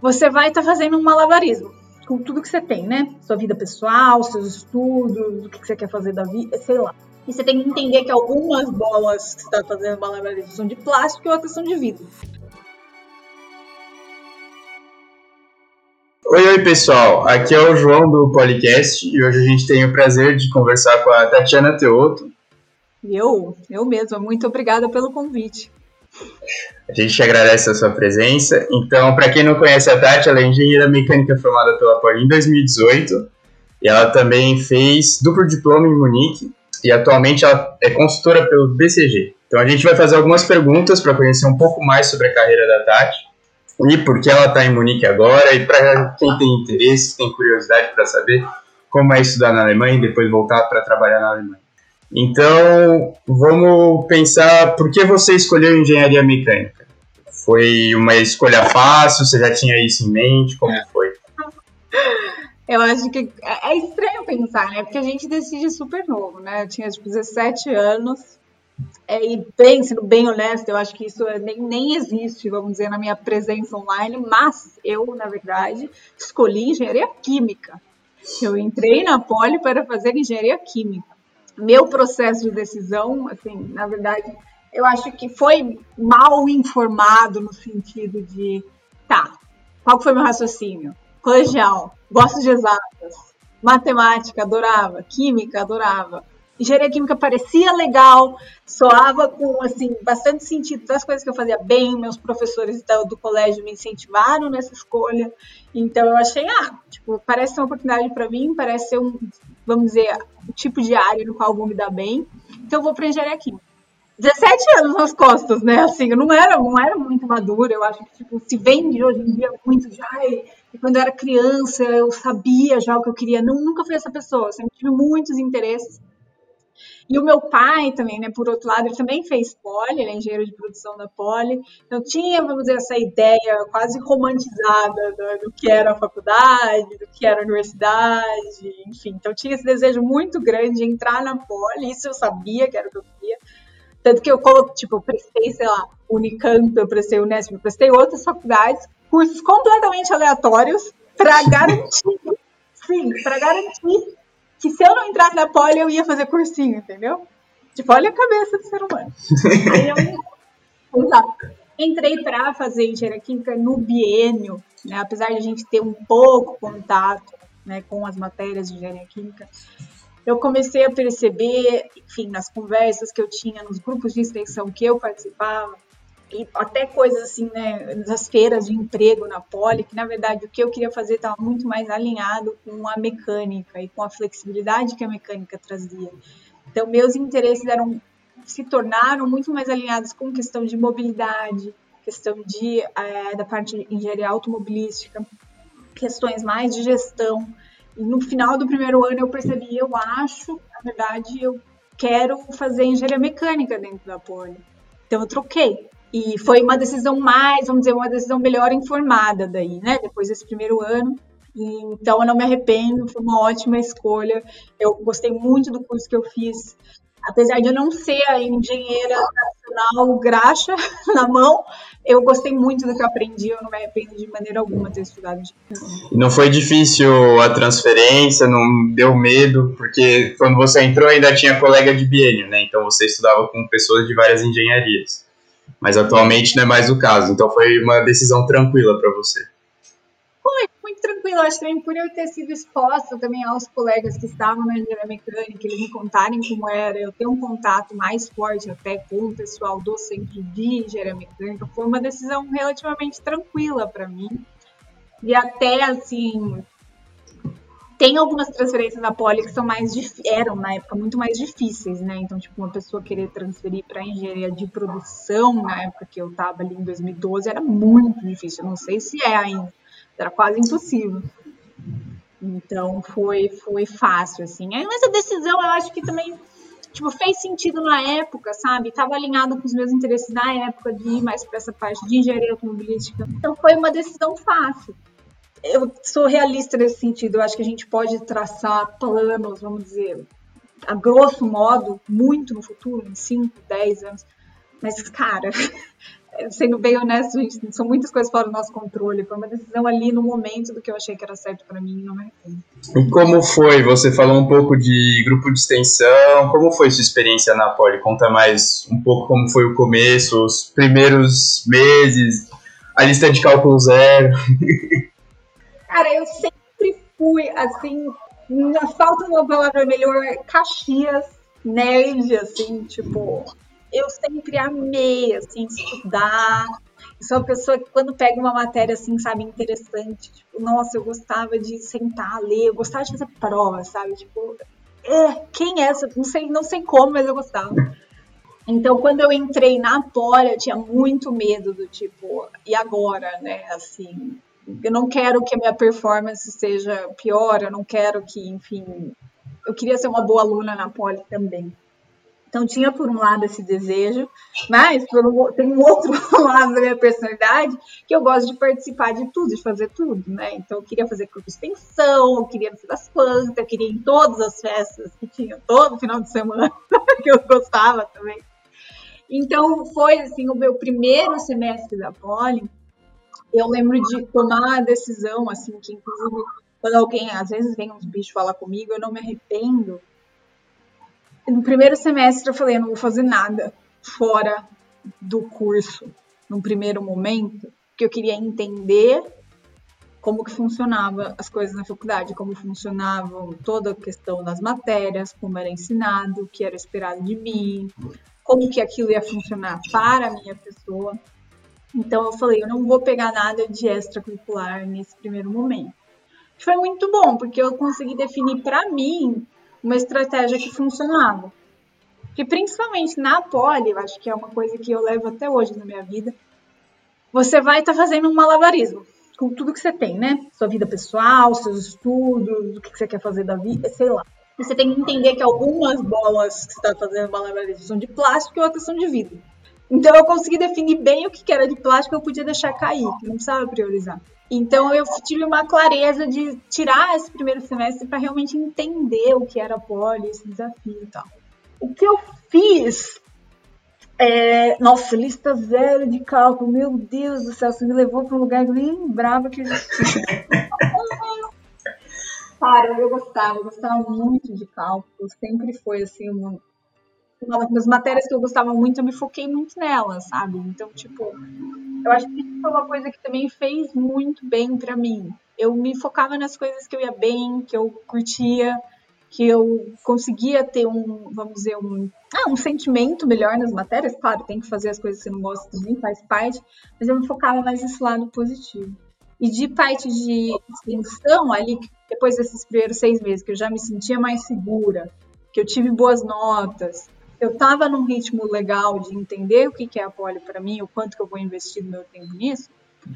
você vai estar fazendo um malabarismo com tudo que você tem, né? Sua vida pessoal, seus estudos, o que você quer fazer da vida, sei lá. E você tem que entender que algumas bolas que você está fazendo malabarismo são de plástico e outras são de vidro. Oi, pessoal. Aqui é o João do Policast e hoje a gente tem o prazer de conversar com a Tatiana Teoto. Eu mesma. Muito obrigada pelo convite. A gente agradece a sua presença. Então, para quem não conhece a Tati, ela é engenheira mecânica formada pela Poli em 2018 e ela também fez duplo diploma em Munique e atualmente ela é consultora pelo BCG. Então, a gente vai fazer algumas perguntas para conhecer um pouco mais sobre a carreira da Tati e por que ela está em Munique agora e para quem tem interesse, tem curiosidade para saber como é estudar na Alemanha e depois voltar para trabalhar na Alemanha. Então, vamos pensar por que você escolheu engenharia mecânica? Foi uma escolha fácil? Você já tinha isso em mente? Como foi? Eu acho que é estranho pensar, né? Porque a gente decide super novo, né? Eu tinha, 17 anos. E sendo bem honesta, eu acho que isso nem existe, vamos dizer, na minha presença online. Mas eu, na verdade, escolhi engenharia química. Eu entrei na Poli para fazer engenharia química. Meu processo de decisão, assim, na verdade, eu acho que foi mal informado no sentido de, qual foi meu raciocínio? Colegial, gosto de exatas, matemática, adorava, química, adorava. Engenharia química parecia legal, soava com, assim, bastante sentido das coisas que eu fazia bem, meus professores do colégio me incentivaram nessa escolha, então eu achei, parece ser uma oportunidade para mim, parece ser vamos dizer, o tipo de área no qual eu vou me dar bem, então eu vou para engenharia química. 17 anos nas costas, né? Assim, eu não era muito madura, eu acho que, se vende hoje em dia muito já. E quando eu era criança, eu sabia já o que eu queria. Nunca fui essa pessoa, sempre tive muitos interesses. E o meu pai também, né, por outro lado, ele também fez Poli, ele é engenheiro de produção da Poli. Então tinha, vamos dizer, essa ideia quase romantizada do que era a faculdade, do que era a universidade, enfim. Então tinha esse desejo muito grande de entrar na Poli, isso eu sabia que era o que eu queria. Tanto que eu prestei, sei lá, Unicamp, eu prestei Unesp, eu prestei outras faculdades, cursos completamente aleatórios, para garantir que se eu não entrasse na Poli, eu ia fazer cursinho, entendeu? Olha a cabeça do ser humano. Aí eu entrei para fazer engenharia química no biênio, né? Apesar de a gente ter um pouco contato, né, com as matérias de engenharia química, eu comecei a perceber, enfim, nas conversas que eu tinha, nos grupos de extensão que eu participava, e até coisas assim, né, das feiras de emprego na Poli, que na verdade o que eu queria fazer estava muito mais alinhado com a mecânica e com a flexibilidade que a mecânica trazia. Então, meus interesses se tornaram muito mais alinhados com questão de mobilidade, questão da parte de engenharia automobilística, questões mais de gestão. E no final do primeiro ano eu percebi, eu acho, na verdade, eu quero fazer engenharia mecânica dentro da Poli. Então eu troquei. E foi uma decisão uma decisão melhor informada daí, né? Depois desse primeiro ano. Então eu não me arrependo, foi uma ótima escolha. Eu gostei muito do curso que eu fiz. Apesar de eu não ser a engenheira nacional graxa na mão, eu gostei muito do que eu aprendi, eu não me arrependo de maneira alguma de ter estudado. Não foi difícil a transferência, não deu medo, porque quando você entrou ainda tinha colega de biênio, né? Então você estudava com pessoas de várias engenharias. Mas atualmente não é mais o caso, então foi uma decisão tranquila para você. Foi muito tranquilo, acho também por eu ter sido exposta também aos colegas que estavam na engenharia mecânica, eles me contarem como era, eu ter um contato mais forte até com o pessoal do centro de engenharia mecânica, foi uma decisão relativamente tranquila para mim. E até, assim, tem algumas transferências da Poli que eram, na época, muito mais difíceis, né? Então, uma pessoa querer transferir para engenharia de produção, na época que eu estava ali em 2012, era muito difícil. Eu não sei se é ainda. Era quase impossível. Então, foi fácil, assim. Aí, essa decisão, eu acho que também fez sentido na época, sabe? Estava alinhado com os meus interesses na época de ir mais para essa parte de engenharia automobilística. Então, foi uma decisão fácil. Eu sou realista nesse sentido. Eu acho que a gente pode traçar planos, vamos dizer, a grosso modo, muito no futuro, em 5, 10 anos. Mas, cara, Sendo bem honesto, gente, são muitas coisas fora do nosso controle. Foi uma decisão ali no momento do que eu achei que era certo para mim, não me arrependo. E como foi? Você falou um pouco de grupo de extensão. Como foi sua experiência na Poli? Conta mais um pouco como foi o começo, os primeiros meses, a lista de cálculo zero. Cara, eu sempre fui, assim, na falta de uma palavra melhor, Caxias, nerd, assim, tipo, eu sempre amei, assim, estudar. Eu sou uma pessoa que quando pega uma matéria, assim, sabe, interessante, tipo, nossa, eu gostava de sentar, ler, eu gostava de fazer prova, sabe, tipo, quem é essa? Não sei como, mas eu gostava. Então, quando eu entrei na Poli, eu tinha muito medo do tipo, e agora, né? Assim, eu não quero que a minha performance seja pior, eu não quero que, enfim, eu queria ser uma boa aluna na Poli também. Então, tinha por um lado esse desejo, mas tem um outro lado da minha personalidade que eu gosto de participar de tudo, de fazer tudo, né? Então, eu queria fazer curso de extensão, eu queria fazer das plantas, eu queria ir em todas as festas que tinha todo final de semana, que eu gostava também. Então, foi assim, o meu primeiro semestre da Poli. Eu lembro de tomar a decisão, assim, que inclusive, quando alguém, às vezes vem uns bichos falar comigo, eu não me arrependo. No primeiro semestre eu falei, eu não vou fazer nada fora do curso, num primeiro momento, porque eu queria entender como que funcionava as coisas na faculdade, como funcionavam toda a questão das matérias, como era ensinado, o que era esperado de mim, como que aquilo ia funcionar para a minha pessoa. Então eu falei, eu não vou pegar nada de extracurricular nesse primeiro momento. Foi muito bom, porque eu consegui definir para mim uma estratégia que funcionava. Que principalmente na Poli, eu acho que é uma coisa que eu levo até hoje na minha vida, você vai estar fazendo um malabarismo com tudo que você tem, né? Sua vida pessoal, seus estudos, o que você quer fazer da vida, sei lá. Você tem que entender que algumas bolas que você está fazendo malabarismo são de plástico e outras são de vidro. Então eu consegui definir bem o que era de plástico, eu podia deixar cair, que não precisava priorizar. Então eu tive uma clareza de tirar esse primeiro semestre para realmente entender o que era Poli, esse desafio e tal. O que eu fiz nossa, lista zero de cálculo, meu Deus do céu, você me levou para um lugar que eu nem lembrava que existia. Cara, eu gostava muito de cálculo, sempre foi assim, uma das matérias que eu gostava muito, eu me foquei muito nela, sabe? Então, tipo, eu acho que isso foi uma coisa que também fez muito bem para mim. Eu me focava nas coisas que eu ia bem, que eu curtia, que eu conseguia ter vamos dizer, um sentimento melhor nas matérias. Claro, tem que fazer as coisas que você não gosta também, faz parte, mas eu me focava mais nesse lado positivo. E de parte de extensão, ali, depois desses primeiros 6 meses, que eu já me sentia mais segura, que eu tive boas notas, eu estava num ritmo legal de entender o que é a Poli para mim, o quanto que eu vou investir no meu tempo nisso.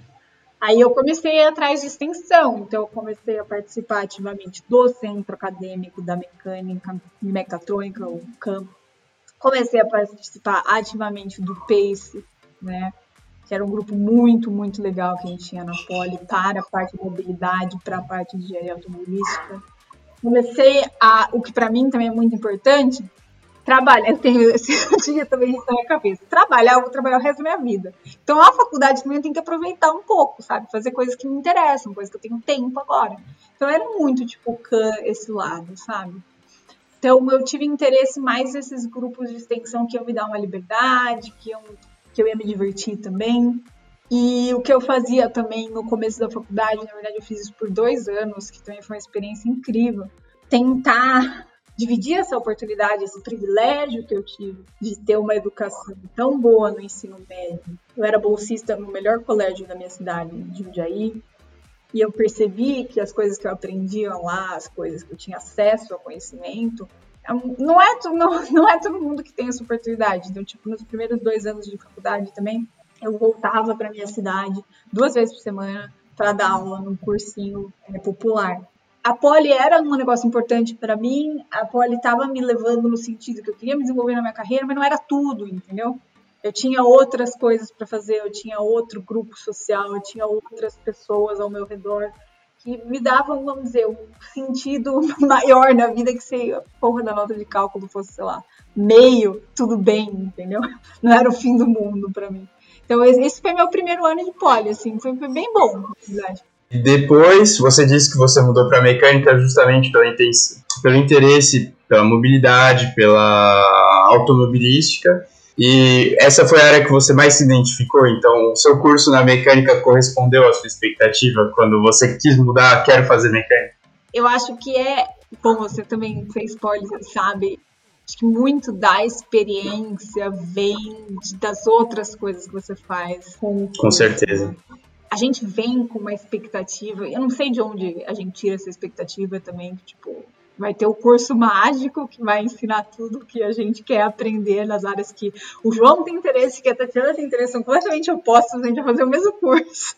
Aí eu comecei a ir atrás de extensão, então eu comecei a participar ativamente do centro acadêmico da mecânica e mecatrônica, o CAM. Comecei a participar ativamente do PACE, né? Que era um grupo muito, muito legal que a gente tinha na Poli para a parte de mobilidade, para a parte de engenharia automobilística. Comecei o que para mim também é muito importante, trabalhar, eu tenho esse dia também isso na minha cabeça. Eu vou trabalhar o resto da minha vida. Então a faculdade também eu tenho que aproveitar um pouco, sabe? Fazer coisas que me interessam, coisas que eu tenho tempo agora. Então era muito, tipo, esse lado, sabe? Então eu tive interesse mais nesses grupos de extensão que iam me dar uma liberdade, que eu ia me divertir também. E o que eu fazia também no começo da faculdade, na verdade eu fiz isso por 2 anos, que também foi uma experiência incrível. Tentar dividir essa oportunidade, esse privilégio que eu tive de ter uma educação tão boa no ensino médio. Eu era bolsista no melhor colégio da minha cidade, de Jundiaí, e eu percebi que as coisas que eu aprendia lá, as coisas que eu tinha acesso ao conhecimento, não é todo mundo que tem essa oportunidade. Então, tipo, nos primeiros 2 anos de faculdade também, eu voltava para minha cidade 2 vezes por semana para dar aula num cursinho popular. A Poli era um negócio importante para mim, a Poli estava me levando no sentido que eu queria me desenvolver na minha carreira, mas não era tudo, entendeu? Eu tinha outras coisas para fazer, eu tinha outro grupo social, eu tinha outras pessoas ao meu redor que me davam, vamos dizer, um sentido maior na vida que se a porra da nota de cálculo fosse, sei lá, meio, tudo bem, entendeu? Não era o fim do mundo para mim. Então, esse foi meu primeiro ano de poli, assim, foi bem bom, na verdade. Depois, você disse que você mudou para mecânica justamente pelo interesse, pela mobilidade, pela automobilística. E essa foi a área que você mais se identificou? Então, o seu curso na mecânica correspondeu à sua expectativa quando você quis mudar, quero fazer mecânica? Eu acho que bom, você também fez poli, sabe? Acho que muito da experiência vem das outras coisas que você faz com o curso. Com certeza. A gente vem com uma expectativa, eu não sei de onde a gente tira essa expectativa também, tipo, vai ter o curso mágico que vai ensinar tudo que a gente quer aprender nas áreas que o João tem interesse, que a Tatiana tem interesse, são completamente opostos, a gente vai fazer o mesmo curso.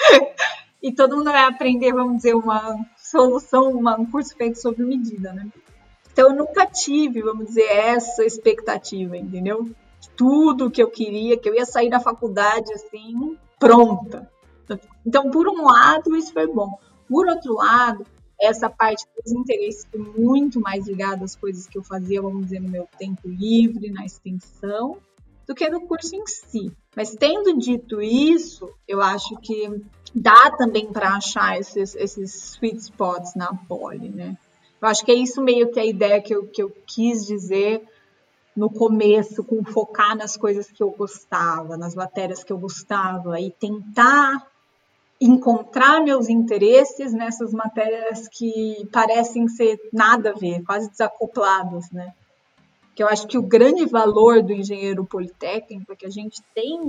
E todo mundo vai aprender, vamos dizer, uma solução, um curso feito sob medida, né? Então eu nunca tive, vamos dizer, essa expectativa, entendeu? Tudo que eu queria, que eu ia sair da faculdade assim, pronta. Então, por um lado, isso foi bom. Por outro lado, essa parte dos interesses foi muito mais ligada às coisas que eu fazia, vamos dizer, no meu tempo livre, na extensão, do que no curso em si. Mas tendo dito isso, eu acho que dá também para achar esses sweet spots na poli, né? Eu acho que é isso meio que a ideia que eu quis dizer no começo, com focar nas coisas que eu gostava, nas matérias que eu gostava, e tentar encontrar meus interesses nessas matérias que parecem ser nada a ver, quase desacopladas, né? Que eu acho que o grande valor do engenheiro politécnico é que a gente tem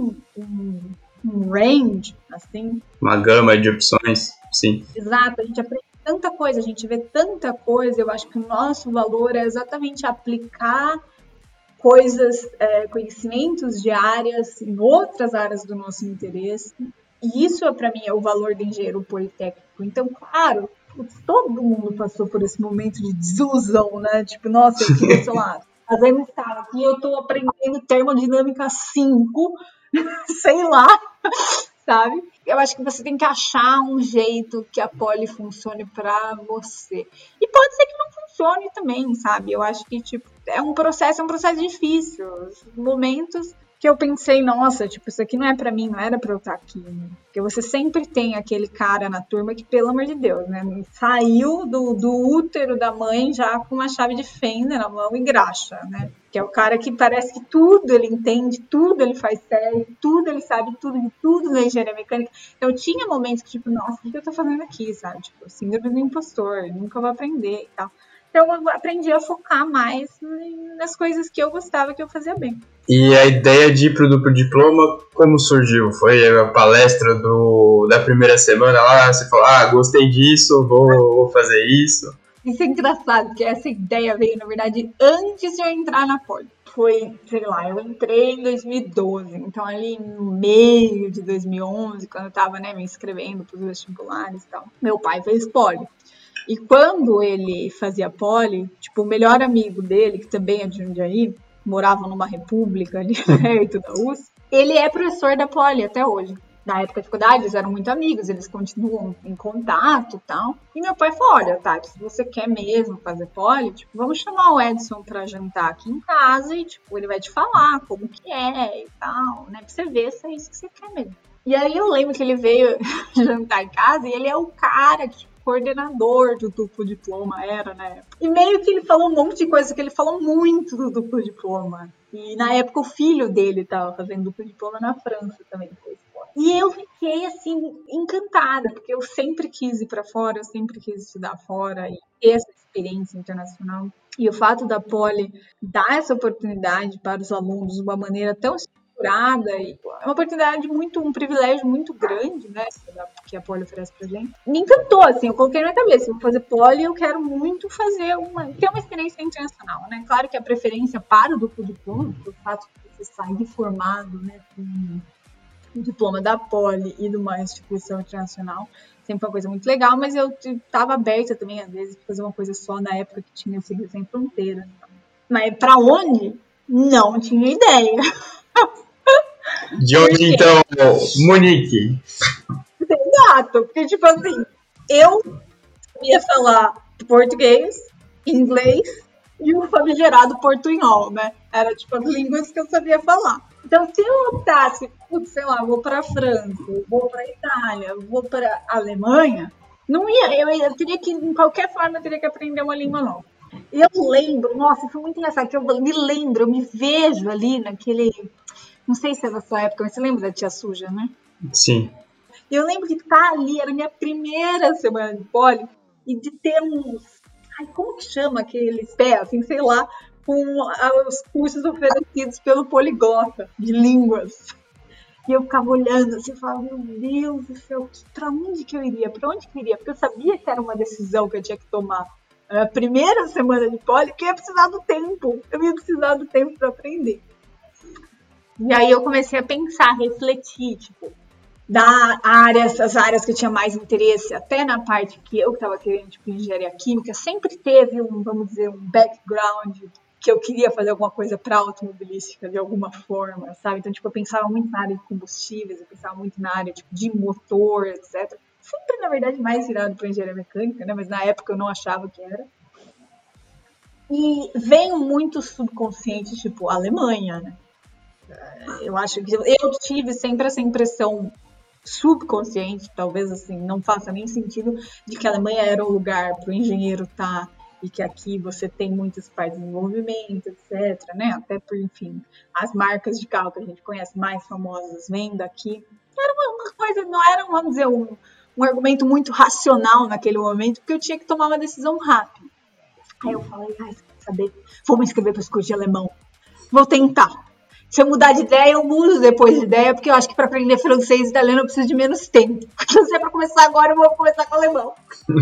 um range, assim. Uma gama de opções, sim. Exato, a gente aprende tanta coisa, a gente vê tanta coisa, eu acho que o nosso valor é exatamente aplicar coisas, conhecimentos de áreas, em outras áreas do nosso interesse. E isso, para mim, é o valor do engenheiro politécnico. Então, claro, todo mundo passou por esse momento de desilusão, né? Tipo, nossa, eu queria, sei lá, fazer um estado aqui, eu tô aprendendo termodinâmica 5, sei lá, sabe? Eu acho que você tem que achar um jeito que a poli funcione para você. E pode ser que não funcione também, sabe? Eu acho que, tipo, é um processo difícil. Os momentos que eu pensei, nossa, tipo, isso aqui não é pra mim, não era pra eu estar aqui, né? Porque você sempre tem aquele cara na turma que, pelo amor de Deus, né? Saiu do útero da mãe já com uma chave de fenda na mão e graxa, né? Que é o cara que parece que tudo ele entende, tudo ele faz sério, tudo ele sabe, tudo de tudo na engenharia mecânica. Então tinha momentos que, tipo, nossa, o que eu tô fazendo aqui, sabe? Tipo, síndrome do impostor, nunca vou aprender e tal. Então eu aprendi a focar mais nas coisas que eu gostava, que eu fazia bem. E a ideia de ir pro duplo diploma, como surgiu? Foi a palestra da primeira semana lá, você falou, gostei disso, vou fazer isso. Isso é engraçado, porque essa ideia veio, na verdade, antes de eu entrar na poli. Foi, sei lá, eu entrei em 2012, então ali no meio de 2011, quando eu tava, né, me inscrevendo para os vestibulares e tal, meu pai fez poli. E quando ele fazia poli, tipo, o melhor amigo dele, que também é de Jundiaí, morava numa república ali perto da USP, ele é professor da poli até hoje. Na época de faculdade, eles eram muito amigos, eles continuam em contato e tal. E meu pai falou, olha, Tati, se você quer mesmo fazer poli, tipo, vamos chamar o Edson pra jantar aqui em casa e, tipo, ele vai te falar como que é e tal, né? Pra você ver se é isso que você quer mesmo. E aí eu lembro que ele veio jantar em casa e ele é o cara que coordenador do duplo diploma, era na época. E meio que ele falou um monte de coisa, que ele falou muito do duplo diploma. E na época o filho dele estava fazendo duplo diploma na França também. E eu fiquei, assim, encantada, porque eu sempre quis ir para fora, eu sempre quis estudar fora e ter essa experiência internacional. E o fato da Poli dar essa oportunidade para os alunos de uma maneira tão estruturada, e é uma oportunidade um privilégio muito grande, né, que a Poli oferece pra gente. Me encantou, assim, eu coloquei na cabeça, vou fazer Poli, eu quero muito ter uma experiência internacional, né? Claro que a preferência para o duplo diploma, o fato de você sair formado, né, com o diploma da Poli e de uma instituição internacional, sempre uma coisa muito legal, mas eu estava aberta também, às vezes, para fazer uma coisa só na época que tinha sido sem fronteira. Mas para onde? Não tinha ideia. De onde, então, Munique? Exato, porque, tipo assim, eu sabia falar português, inglês e o famigerado portunhol, né? Era, tipo, as línguas que eu sabia falar. Então, se eu optasse, sei lá, vou para a França, vou para a Itália, vou para a Alemanha, não ia, eu teria que, de qualquer forma, eu teria que aprender uma língua nova. E eu lembro, nossa, foi muito engraçado, que eu me lembro, eu me vejo ali naquele, não sei se é da sua época, mas você lembra da Tia Suja, né? Sim. Eu lembro que tá ali, era a minha primeira semana de poli, e de ter uns, ai, como que chama aqueles pés, assim, sei lá, com os cursos oferecidos pelo Poliglota de línguas. E eu ficava olhando assim, falava, meu Deus do céu, pra onde que eu iria? Pra onde que eu iria? Porque eu sabia que era uma decisão que eu tinha que tomar. A primeira semana de poli, que eu ia precisar do tempo. Eu ia precisar do tempo para aprender. E aí eu comecei a pensar, refletir, tipo, as áreas que eu tinha mais interesse, até na parte que eu estava querendo, tipo, engenharia química, sempre teve vamos dizer, um background que eu queria fazer alguma coisa para automobilística de alguma forma, sabe? Então, tipo, eu pensava muito na área de combustíveis, eu pensava muito na área tipo, de motor, etc. Sempre, na verdade, mais virado para engenharia mecânica, né? Mas na época eu não achava que era. E veio muito subconsciente, tipo, a Alemanha, né? Eu acho que eu tive sempre essa impressão subconsciente, talvez assim, não faça nem sentido, de que a Alemanha era um lugar para o engenheiro estar e que aqui você tem muitas partes de desenvolvimento, etc, né? Até por, enfim, as marcas de carro que a gente conhece mais famosas vêm daqui. Era uma coisa, não era, vamos dizer, um argumento muito racional naquele momento, porque eu tinha que tomar uma decisão rápida. Aí eu falei, saber, vou me inscrever para esse curso de alemão. Vou tentar. Se eu mudar de ideia, eu mudo depois de ideia, porque eu acho que para aprender francês e italiano eu preciso de menos tempo. Então, se é para começar agora, eu vou começar com alemão.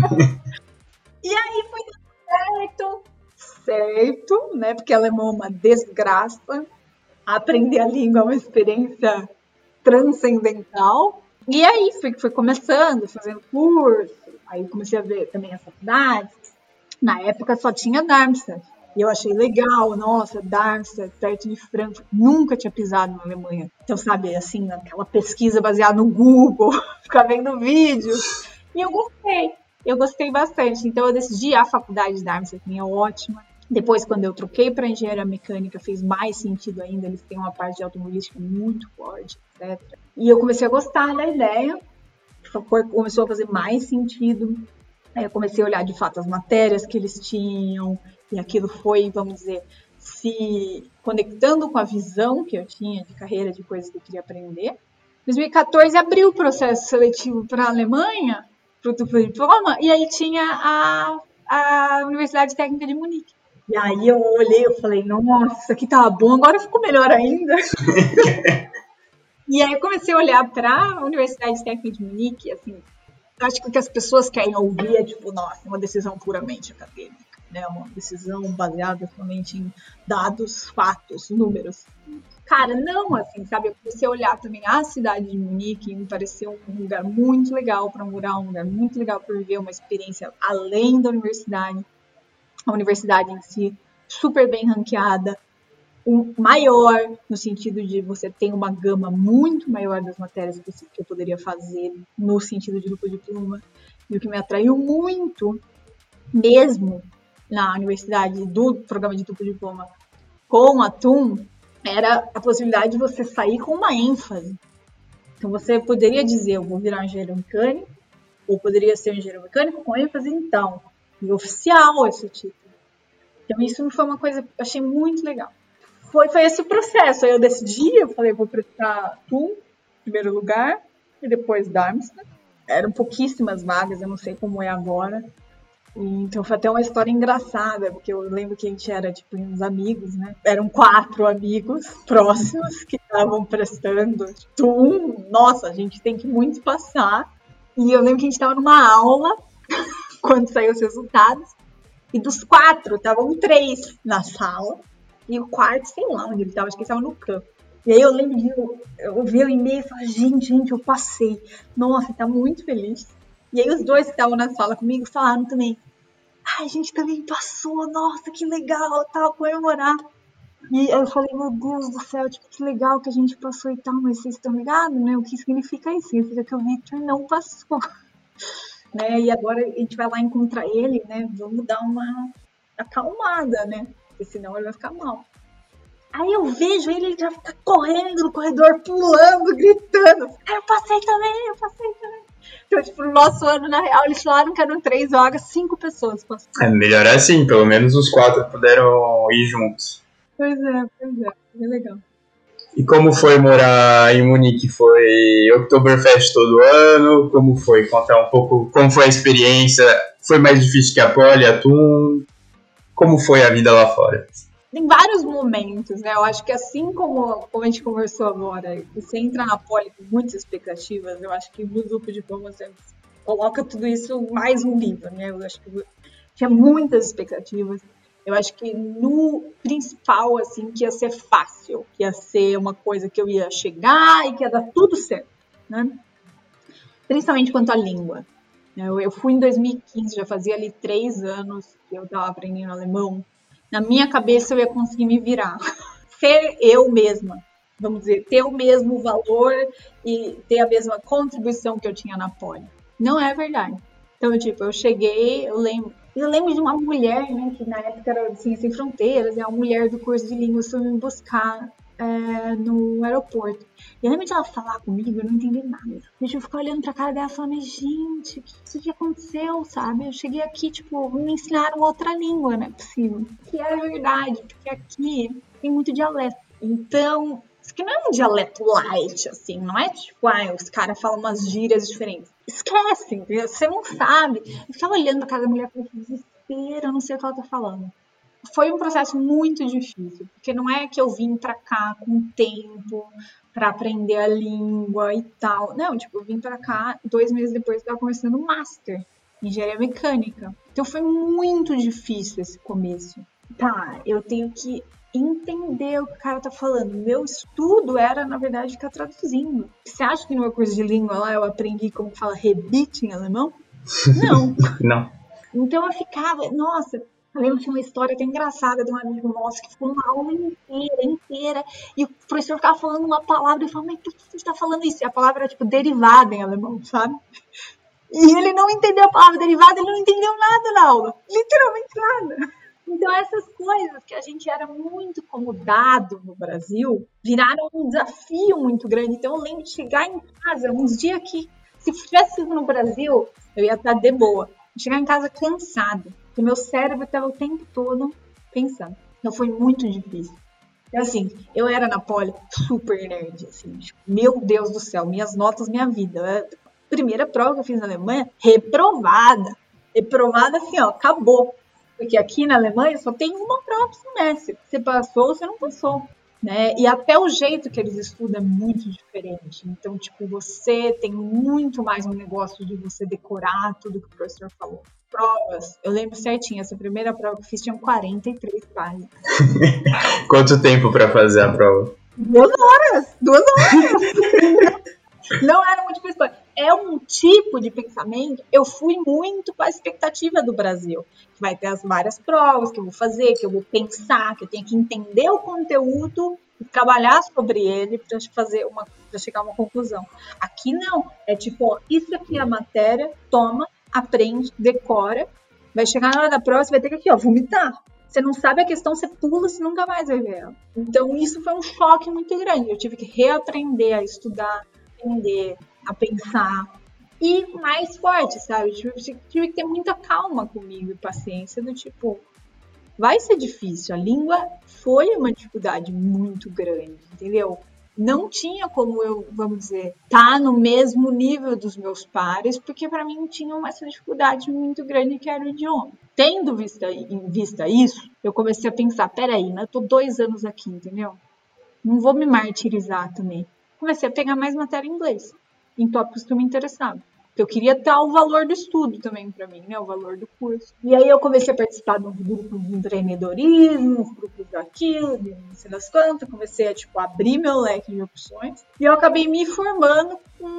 E aí foi certo, né? Porque alemão é uma desgraça. Aprender a língua é uma experiência transcendental. E aí foi começando, fazendo curso. Aí comecei a ver também as faculdades. Na época só tinha Darmstadt. E eu achei legal, nossa, Darmstadt, perto de Frankfurt. Nunca tinha pisado na Alemanha. Então, sabe, assim, aquela pesquisa baseada no Google, ficar vendo vídeos. E eu gostei bastante. Então, eu decidi a faculdade de Darmstadt, minha ótima. Depois, quando eu troquei para engenharia mecânica, fez mais sentido ainda. Eles têm uma parte de automobilística muito forte, etc. E eu comecei a gostar da ideia. Começou a fazer mais sentido. Aí eu comecei a olhar de fato as matérias que eles tinham, e aquilo foi, vamos dizer, se conectando com a visão que eu tinha de carreira, de coisas que eu queria aprender. Em 2014 abriu o processo seletivo para a Alemanha, para o duplo diploma, e aí tinha a Universidade Técnica de Munique. E aí eu olhei e falei, nossa, isso aqui tava bom, agora ficou melhor ainda. E aí eu comecei a olhar para a Universidade Técnica de Munique, assim, acho que o que as pessoas querem ouvir é tipo, nossa, uma decisão puramente acadêmica, né? Uma decisão baseada somente em dados, fatos, números. Cara, não, assim, sabe? Eu comecei a olhar também a cidade de Munique e me pareceu um lugar muito legal para morar, um lugar muito legal para viver, uma experiência além da universidade. A universidade em si, super bem ranqueada, maior, no sentido de você ter uma gama muito maior das matérias que eu poderia fazer no sentido de duplo diploma. E o que me atraiu muito, mesmo na universidade do programa de duplo diploma com a TUM, era a possibilidade de você sair com uma ênfase. Então você poderia dizer, eu vou virar engenheiro mecânico, ou poderia ser um engenheiro mecânico com ênfase então, e oficial esse título. Então isso foi uma coisa que eu achei muito legal. Foi esse o processo. Aí eu decidi, eu falei, vou prestar TUM em primeiro lugar, e depois Darmstadt. Eram pouquíssimas vagas, eu não sei como é agora. Então foi até uma história engraçada, porque eu lembro que a gente era tipo uns amigos, né? Eram 4 amigos próximos que estavam prestando TUM. Nossa, a gente tem que muito passar. E eu lembro que a gente estava numa aula quando saiu os resultados. E dos 4, estavam 3 na sala. E o quarto, sei lá onde ele estava, acho que ele estava no campo. E aí eu lembro de eu vi o e-mail e falei, gente, eu passei. Nossa, tá muito feliz. E aí os dois que estavam na sala comigo falaram também, a gente também passou, nossa, que legal, tal, comemorar. E eu falei, meu Deus do céu, tipo, que legal que a gente passou e tal, mas vocês estão ligados, né? O que significa isso? Significa que o Victor não passou. Né? E agora a gente vai lá encontrar ele, né? Vamos dar uma acalmada, né? Porque senão ele vai ficar mal. Aí eu vejo ele já fica correndo no corredor, pulando, gritando. Aí eu passei também. Então, tipo, no nosso ano, na real, eles falaram que eram 3 vagas, 5 pessoas passaram. É melhor assim, pelo menos os 4 puderam ir juntos. Pois é, é legal. E como foi morar em Munique? Foi Oktoberfest todo ano? Como foi? Contar um pouco como foi a experiência. Foi mais difícil que a Poli, a TUM? Como foi a vida lá fora? Tem vários momentos, né? Eu acho que assim como a gente conversou agora, você entra na Poli com muitas expectativas, eu acho que no grupo de como você coloca tudo isso mais um nível, né? Eu acho que tinha muitas expectativas. Eu acho que no principal, assim, que ia ser fácil, que ia ser uma coisa que eu ia chegar e que ia dar tudo certo, né? Principalmente quanto à língua. Eu fui em 2015, já fazia ali 3 anos que eu estava aprendendo alemão. Na minha cabeça eu ia conseguir me virar. Ser eu mesma, vamos dizer, ter o mesmo valor e ter a mesma contribuição que eu tinha na Poli. Não é verdade. Então, tipo, eu cheguei, eu lembro de uma mulher, né, que na época era assim, Sem Fronteiras, é a mulher do curso de línguas foi me buscar no aeroporto. E eu lembro de ela falar comigo, eu não entendi nada. Deixa eu ficar olhando pra cara dela e falando, gente, o que isso que aconteceu, sabe? Eu cheguei aqui, tipo, me ensinaram outra língua, não é possível. Que é verdade, porque aqui tem muito dialeto. Então, isso aqui não é um dialeto light, assim, não é tipo, os caras falam umas gírias diferentes. Esquece, entendeu? Você não sabe. Eu ficava olhando pra cara da mulher com desespero, eu não sei o que ela tá falando. Foi um processo muito difícil, porque não é que eu vim pra cá com tempo para aprender a língua e tal. Não, tipo, eu vim pra cá 2 meses depois eu tava começando um master em engenharia mecânica. Então foi muito difícil esse começo. Tá, eu tenho que entender o que o cara tá falando. Meu estudo era, na verdade, ficar traduzindo. Você acha que no meu curso de língua lá eu aprendi como fala rebite em alemão? Não. Não. Então eu ficava, nossa, eu lembro de uma história até engraçada de um amigo nosso que ficou uma aula inteira, e o professor ficava falando uma palavra e eu falava, mas por que você está falando isso? E a palavra era tipo derivada em alemão, sabe? E ele não entendeu a palavra derivada, ele não entendeu nada na aula, literalmente nada. Então essas coisas que a gente era muito acomodado no Brasil, viraram um desafio muito grande. Então eu lembro de chegar em casa, uns dias que, se tivesse sido no Brasil, eu ia estar de boa. Chegar em casa cansada, porque meu cérebro estava o tempo todo pensando. Então foi muito difícil. Então, assim, eu era na Poli super nerd, assim, tipo, meu Deus do céu, minhas notas, minha vida. Primeira prova que eu fiz na Alemanha, reprovada. Reprovada assim, ó, acabou. Porque aqui na Alemanha só tem uma prova por semestre. Você passou ou você não passou. Né? E até o jeito que eles estudam é muito diferente. Então, tipo, você tem muito mais um negócio de você decorar tudo que o professor falou. Provas, eu lembro certinho, essa primeira prova que eu fiz tinha 43 páginas. Quanto tempo para fazer a prova? 2 horas! Não era muito questão. É um tipo de pensamento. Eu fui muito com a expectativa do Brasil. Que vai ter as várias provas que eu vou fazer, que eu vou pensar, que eu tenho que entender o conteúdo e trabalhar sobre ele para chegar a uma conclusão. Aqui não. É tipo, ó, isso aqui é a matéria, toma, aprende, decora. Vai chegar na hora da prova, você vai ter que aqui, ó, vomitar. Você não sabe a questão, você pula, você nunca mais vai ver ela. Então, isso foi um choque muito grande. Eu tive que reaprender a estudar, aprender a pensar e mais forte, sabe? Tive que ter muita calma comigo e paciência do tipo, vai ser difícil. A língua foi uma dificuldade muito grande, entendeu? Não tinha como eu, vamos dizer, estar no mesmo nível dos meus pares, porque para mim tinha essa dificuldade muito grande que era o idioma. Tendo em vista isso, eu comecei a pensar, peraí, eu tô 2 anos aqui, entendeu? Não vou me martirizar também. Comecei a pegar mais matéria em inglês, em tópicos que eu me interessava. Eu queria dar o valor do estudo também para mim, né? O valor do curso. E aí eu comecei a participar de uns grupos de empreendedorismo, uns grupos daquilo, de não sei das quantas. Comecei a, tipo, abrir meu leque de opções. E eu acabei me formando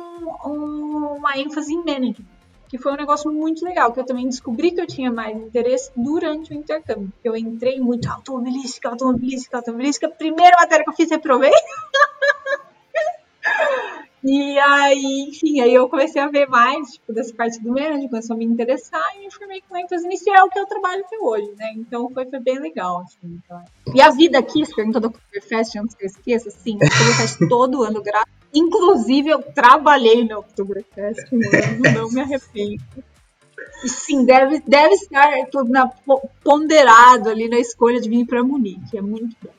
com uma ênfase em management, que foi um negócio muito legal, que eu também descobri que eu tinha mais interesse durante o intercâmbio. Eu entrei muito automobilística. Primeira matéria que eu fiz, reprovei. E aí, enfim, aí eu comecei a ver mais, tipo, dessa parte do management, começou a me interessar e me formei com ênfase nisso, e é o que eu trabalho até hoje, né? Então foi bem legal, assim. Então. E a vida aqui, você perguntou do Oktoberfest, antes que eu esqueça, sim, o Oktoberfest todo ano grátis. Inclusive, eu trabalhei no Oktoberfest um ano, não me arrependo. E sim, deve estar tudo ponderado ali na escolha de vir para Munique, é muito bom.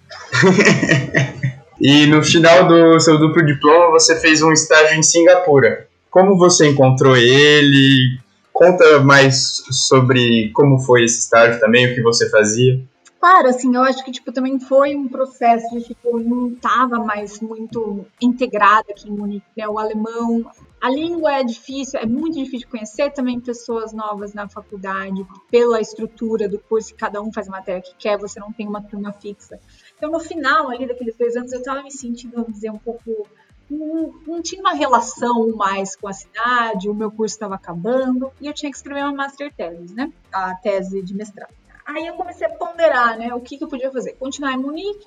E no final do seu duplo diploma, você fez um estágio em Singapura. Como você encontrou ele? Conta mais sobre como foi esse estágio também, o que você fazia. Claro, assim, eu acho que, tipo, também foi um processo de, tipo, não estava mais muito integrada aqui em Munique, né? O alemão, a língua é difícil, é muito difícil conhecer também pessoas novas na faculdade, pela estrutura do curso, cada um faz a matéria que quer, você não tem uma turma fixa. Então, no final ali daqueles 2 anos, eu estava me sentindo, vamos dizer, um pouco... Não tinha uma relação mais com a cidade, o meu curso estava acabando, e eu tinha que escrever uma master thesis, né? A tese de mestrado. Aí eu comecei a ponderar, né, o que eu podia fazer. Continuar em Munique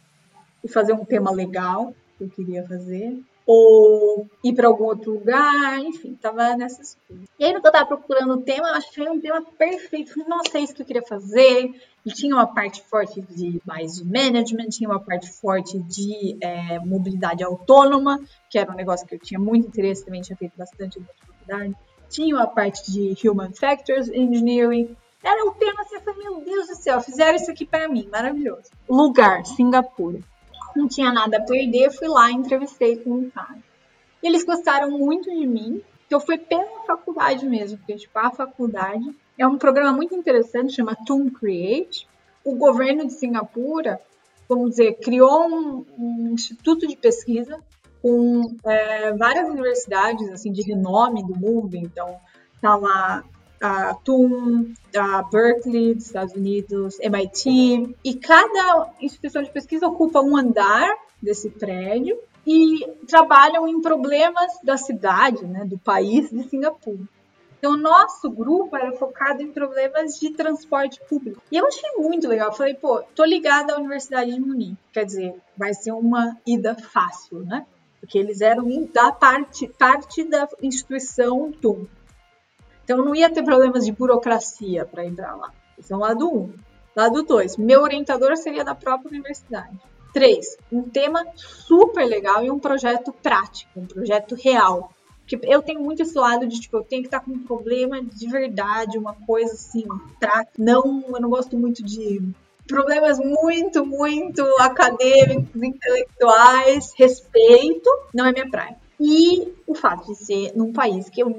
e fazer um tema legal que eu queria fazer, ou ir para algum outro lugar, enfim, tava nessas coisas. E aí, no que eu tava procurando o tema, eu achei um tema perfeito. Falei, nossa, é isso que eu queria fazer. E tinha uma parte forte de mais de management, tinha uma parte forte de mobilidade autônoma, que era um negócio que eu tinha muito interesse, também tinha feito bastante na faculdade. Tinha uma parte de Human Factors Engineering. Era o tema assim, eu falei, meu Deus do céu, fizeram isso aqui para mim, maravilhoso. Lugar, Singapura. Não tinha nada a perder, fui lá e entrevistei com um cara. E eles gostaram muito de mim, que eu fui pela faculdade mesmo, porque tipo, a faculdade é um programa muito interessante, chama TUM Create. O governo de Singapura, vamos dizer, criou um instituto de pesquisa com várias universidades assim de renome do mundo, então tá lá a TUM, a Berkeley dos Estados Unidos, MIT, e cada instituição de pesquisa ocupa um andar desse prédio e trabalham em problemas da cidade, né, do país de Singapura. Então, o nosso grupo era focado em problemas de transporte público. E eu achei muito legal. Eu falei, pô, tô ligada à Universidade de Munique. Quer dizer, vai ser uma ida fácil, né? Porque eles eram da parte da instituição TUM. Então, não ia ter problemas de burocracia para ir para lá. Esse é o lado 1. Lado 2, meu orientador seria da própria universidade. 3, um tema super legal e um projeto prático, um projeto real. Porque eu tenho muito esse lado de, tipo, eu tenho que estar com um problema de verdade, uma coisa assim, prática. Não, eu não gosto muito de problemas muito, muito acadêmicos, intelectuais, respeito, não é minha praia. E o fato de ser num país que eu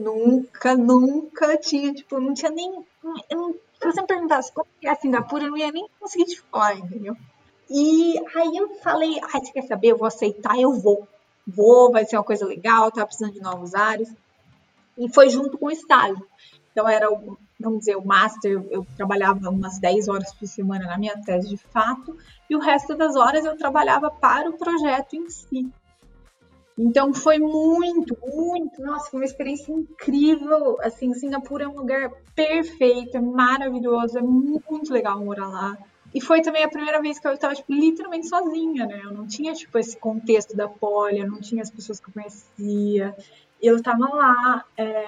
nunca tinha, tipo, não tinha nem. Se você me perguntasse como é a Singapura, eu não ia nem conseguir te falar, entendeu? E aí eu falei, você quer saber? Eu vou aceitar, eu vou. Vou, vai ser uma coisa legal, tava precisando de novos ares. E foi junto com o estágio. Então era, vamos dizer, o master, eu trabalhava umas 10 horas por semana na minha tese de fato, e o resto das horas eu trabalhava para o projeto em si. Então foi muito, nossa, foi uma experiência incrível. Assim, Singapura é um lugar perfeito, é maravilhoso, é muito legal morar lá. E foi também a primeira vez que eu estava tipo, literalmente sozinha, né? Eu não tinha tipo esse contexto da poli, eu não tinha as pessoas que eu conhecia. Eu estava lá,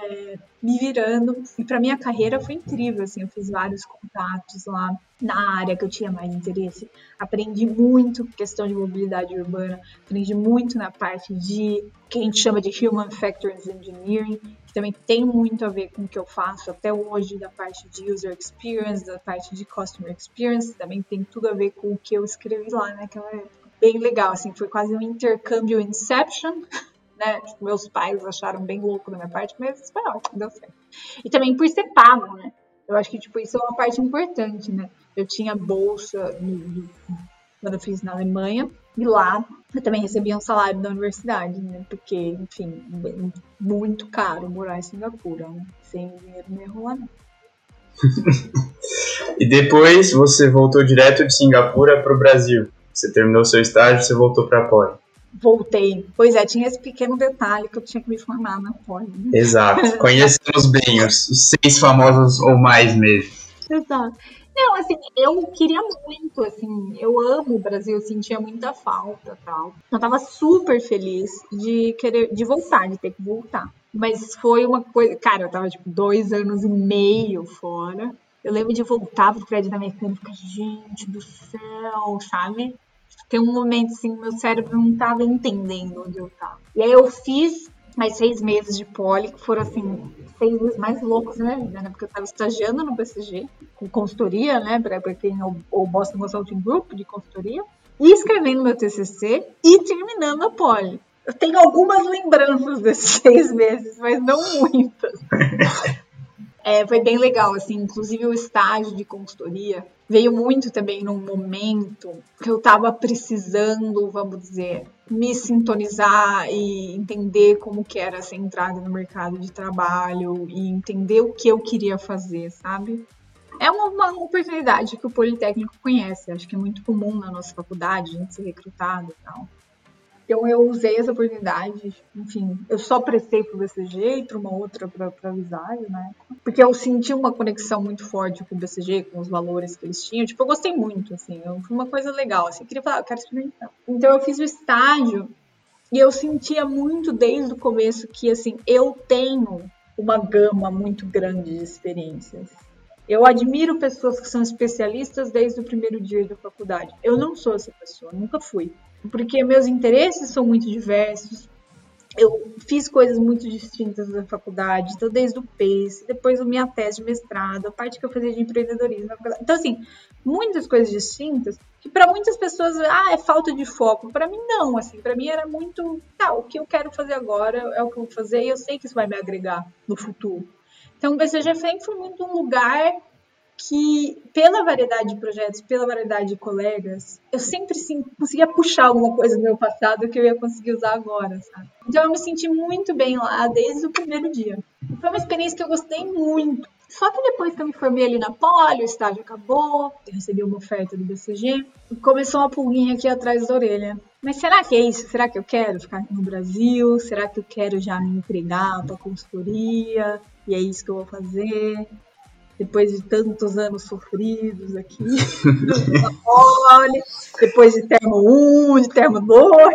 me virando, e para minha carreira foi incrível, assim, eu fiz vários contatos lá na área que eu tinha mais interesse. Aprendi muito questão de mobilidade urbana, aprendi muito na parte de que a gente chama de Human Factors Engineering, que também tem muito a ver com o que eu faço até hoje, da parte de User Experience, da parte de Customer Experience, também tem tudo a ver com o que eu escrevi lá naquela época. Bem legal, assim, foi quase um intercâmbio Inception, né? Tipo, meus pais acharam bem louco da minha parte, mas foi ótimo, deu certo. E também por ser pago, né? Eu acho que tipo, isso é uma parte importante, né? Eu tinha bolsa quando eu fiz na Alemanha, e lá eu também recebia um salário da universidade, né? Porque, enfim, muito caro morar em Singapura, né? Sem dinheiro não ia rolar, não. E depois você voltou direto de Singapura para o Brasil. Você terminou seu estágio, você voltou para a Poli. Voltei. Pois é, tinha esse pequeno detalhe que eu tinha que me formar na Poli. Né? Exato. Conhecemos bem os 6 famosos ou mais mesmo. Exato. Não, assim, eu queria muito, assim, eu amo o Brasil, eu sentia muita falta, tal. Eu tava super feliz de querer, de voltar, de ter que voltar. Mas foi uma coisa, cara, eu tava tipo 2 anos e meio fora. Eu lembro de voltar pro prédio da mecânica e ficar, gente do céu, sabe? Tem um momento assim, meu cérebro não tava entendendo onde eu tava. E aí eu fiz mais 6 meses de poli, que foram assim, 6 meses mais loucos da minha vida, né? Porque eu tava estagiando no BCG, com consultoria, né? Pra quem é o Boston Consulting Group de consultoria, e escrevendo meu TCC e terminando a poli. Eu tenho algumas lembranças desses 6 meses, mas não muitas. Foi bem legal, assim, inclusive o estágio de consultoria veio muito também num momento que eu estava precisando, vamos dizer, me sintonizar e entender como que era essa entrada no mercado de trabalho e entender o que eu queria fazer, sabe? É uma oportunidade que o Politécnico conhece, acho que é muito comum na nossa faculdade, a gente ser recrutado e tal. Então eu usei essa oportunidade, enfim, eu só prestei pro BCG e para uma outra para Visario, né? Porque eu senti uma conexão muito forte com o BCG, com os valores que eles tinham. Tipo, eu gostei muito, assim, foi uma coisa legal, assim, eu queria falar, eu quero experimentar. Então eu fiz o estágio e eu sentia muito desde o começo que, assim, eu tenho uma gama muito grande de experiências. Eu admiro pessoas que são especialistas desde o primeiro dia da faculdade. Eu não sou essa pessoa, nunca fui. Porque meus interesses são muito diversos. Eu fiz coisas muito distintas na faculdade, então desde o PES, depois a minha tese de mestrado, a parte que eu fazia de empreendedorismo na faculdade. Então, assim, muitas coisas distintas, que para muitas pessoas, é falta de foco. Para mim, não, assim, para mim era muito, o que eu quero fazer agora é o que eu vou fazer e eu sei que isso vai me agregar no futuro. Então, o BCG sempre foi muito um lugar que, pela variedade de projetos, pela variedade de colegas, eu sempre sim, conseguia puxar alguma coisa do meu passado que eu ia conseguir usar agora, sabe? Então eu me senti muito bem lá desde o primeiro dia. Foi uma experiência que eu gostei muito. Só que depois que eu me formei ali na Poli, o estágio acabou, eu recebi uma oferta do BCG, e começou uma pulguinha aqui atrás da orelha. Mas será que é isso? Será que eu quero ficar no Brasil? Será que eu quero já me entregar para consultoria? E é isso que eu vou fazer? Depois de tantos anos sofridos aqui, olha, depois de termo 1, de termo 2,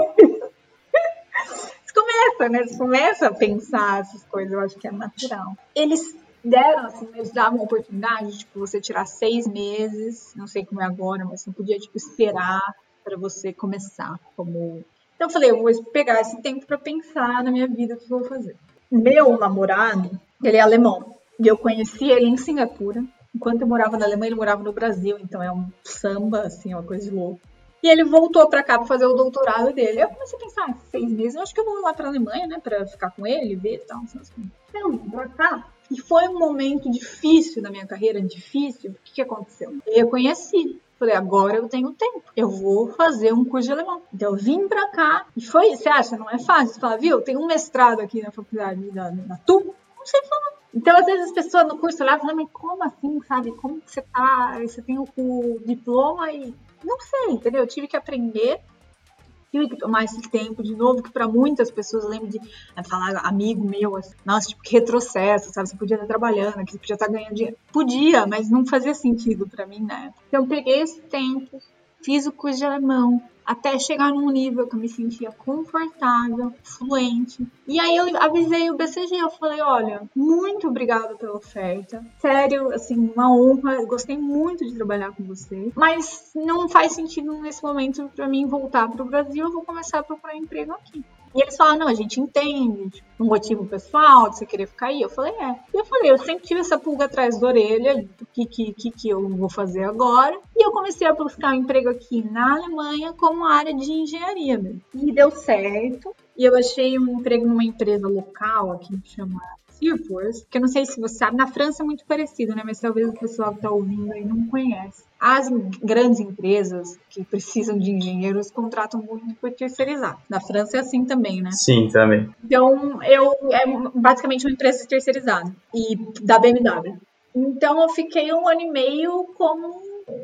você começa, né? Você começa a pensar essas coisas, eu acho que é natural. Eles deram, assim, eles davam a oportunidade, tipo, você tirar 6 meses, não sei como é agora, mas você podia, tipo, esperar para você começar como... Então eu falei, eu vou pegar esse tempo para pensar na minha vida, o que eu vou fazer. Meu namorado, ele é alemão, e eu conheci ele em Singapura. Enquanto eu morava na Alemanha, ele morava no Brasil, então é um samba, assim, é uma coisa de louco. E ele voltou para cá para fazer o doutorado dele. Eu comecei a pensar, 6 meses, eu acho que eu vou lá para a Alemanha, né, para ficar com ele, ver e tal. Assim. Eu vim para cá e foi um momento difícil da minha carreira, difícil. O que aconteceu? Eu conheci. Falei, agora eu tenho tempo. Eu vou fazer um curso de alemão. Então eu vim pra cá. E foi, você acha, não é fácil? Você fala, viu, tem um mestrado aqui na faculdade da TU. Não sei falar. Então, às vezes, as pessoas no curso olhavam e falavam, mas como assim, sabe? Como que você tá? Você tem o diploma e... Não sei, entendeu? Eu tive que aprender, tive que tomar esse tempo de novo, que para muitas pessoas, eu lembro de falar, amigo meu, assim, nossa, tipo, que retrocesso, sabe? Você podia estar trabalhando aqui, você podia estar ganhando dinheiro. Podia, mas não fazia sentido para mim, né? Então, eu peguei esse tempo, fiz o curso de alemão, até chegar num nível que eu me sentia confortável, fluente. E aí eu avisei o BCG, eu falei, olha, muito obrigada pela oferta. Sério, assim, uma honra, eu gostei muito de trabalhar com você. Mas não faz sentido nesse momento para mim voltar para o Brasil, eu vou começar a procurar emprego aqui. E eles falaram, não, a gente entende, tipo, um motivo pessoal de você querer ficar aí. Eu falei, é. E eu falei, eu sempre tive essa pulga atrás da orelha, do que eu vou fazer agora. E eu comecei a buscar um emprego aqui na Alemanha como área de engenharia mesmo. E deu certo. E eu achei um emprego numa empresa local aqui, que chama Searforce, que eu não sei se você sabe, na França é muito parecido, né? Mas talvez o pessoal que está ouvindo aí não conhece. As grandes empresas que precisam de engenheiros contratam muito por terceirizar. Na França é assim também, né? Sim, também. Então, é basicamente uma empresa terceirizada e da BMW. Então, eu fiquei 1 ano e meio como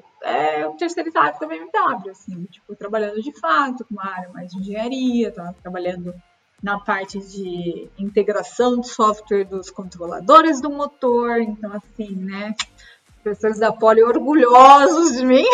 terceirizado da BMW, assim, tipo, trabalhando de fato com uma área mais de engenharia, tava trabalhando na parte de integração de software dos controladores do motor, então assim, né, professores da Poli orgulhosos de mim,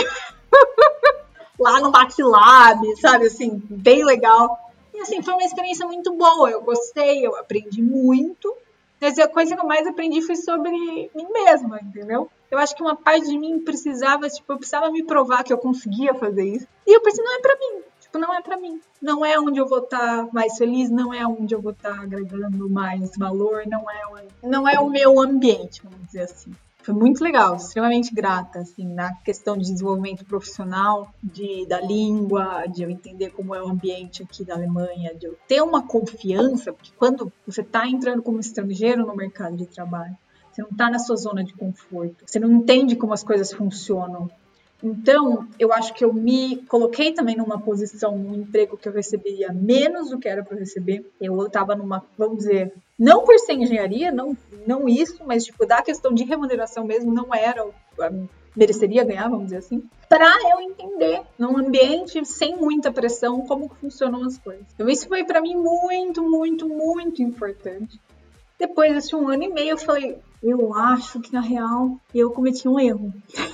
lá no MATLAB, sabe, assim, bem legal. E assim, foi uma experiência muito boa, eu gostei, eu aprendi muito, mas a coisa que eu mais aprendi foi sobre mim mesma, entendeu? Eu acho que uma parte de mim precisava, tipo, eu precisava me provar que eu conseguia fazer isso. E eu pensei, não é pra mim. Tipo, não é pra mim. Não é onde eu vou estar mais feliz, não é onde eu vou estar agregando mais valor, não é o meu ambiente, vamos dizer assim. Foi muito legal, extremamente grata, assim, na questão de desenvolvimento profissional, da língua, de eu entender como é o ambiente aqui da Alemanha, de eu ter uma confiança, porque quando você está entrando como estrangeiro no mercado de trabalho, você não está na sua zona de conforto, você não entende como as coisas funcionam. Então, eu acho que eu me coloquei também numa posição, num emprego que eu receberia menos do que era para receber. Eu estava numa, vamos dizer, não por ser engenharia, não isso, mas tipo, da questão de remuneração mesmo, não era, mereceria ganhar, vamos dizer assim, para eu entender, num ambiente sem muita pressão, como funcionam as coisas. Então, isso foi para mim muito, muito, muito importante. Depois desse 1 ano e meio, eu falei, eu acho que na real eu cometi um erro.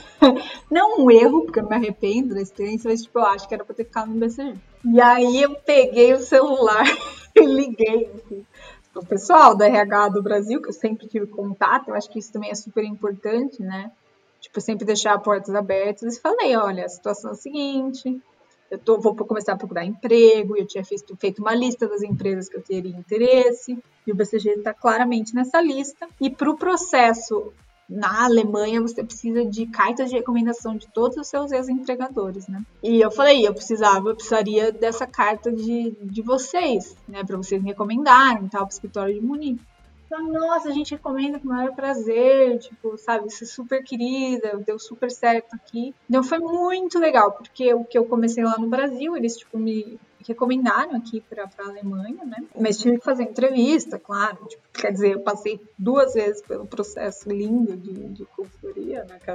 Não um erro, porque eu me arrependo da experiência, mas tipo, eu acho que era pra ter ficado no BCG. E aí eu peguei o celular e liguei assim, pro pessoal da RH do Brasil, que eu sempre tive contato, eu acho que isso também é super importante, né? Tipo, sempre deixar portas abertas e falei, olha, a situação é a seguinte, vou começar a procurar emprego, eu tinha feito uma lista das empresas que eu teria interesse, e o BCG está claramente nessa lista, e para o processo na Alemanha, você precisa de cartas de recomendação de todos os seus ex-empregadores, né? E eu falei, eu precisaria dessa carta de vocês, né? Para vocês me recomendarem, tal, para o escritório de Munique. Nossa, a gente recomenda com o maior prazer, tipo, sabe, você é super querida, deu super certo aqui. Então foi muito legal, porque o que eu comecei lá no Brasil, eles, tipo, me recomendaram aqui pra Alemanha, né? Mas tive que fazer entrevista, claro. Tipo, quer dizer, eu passei 2 vezes pelo processo lindo de consultoria, né?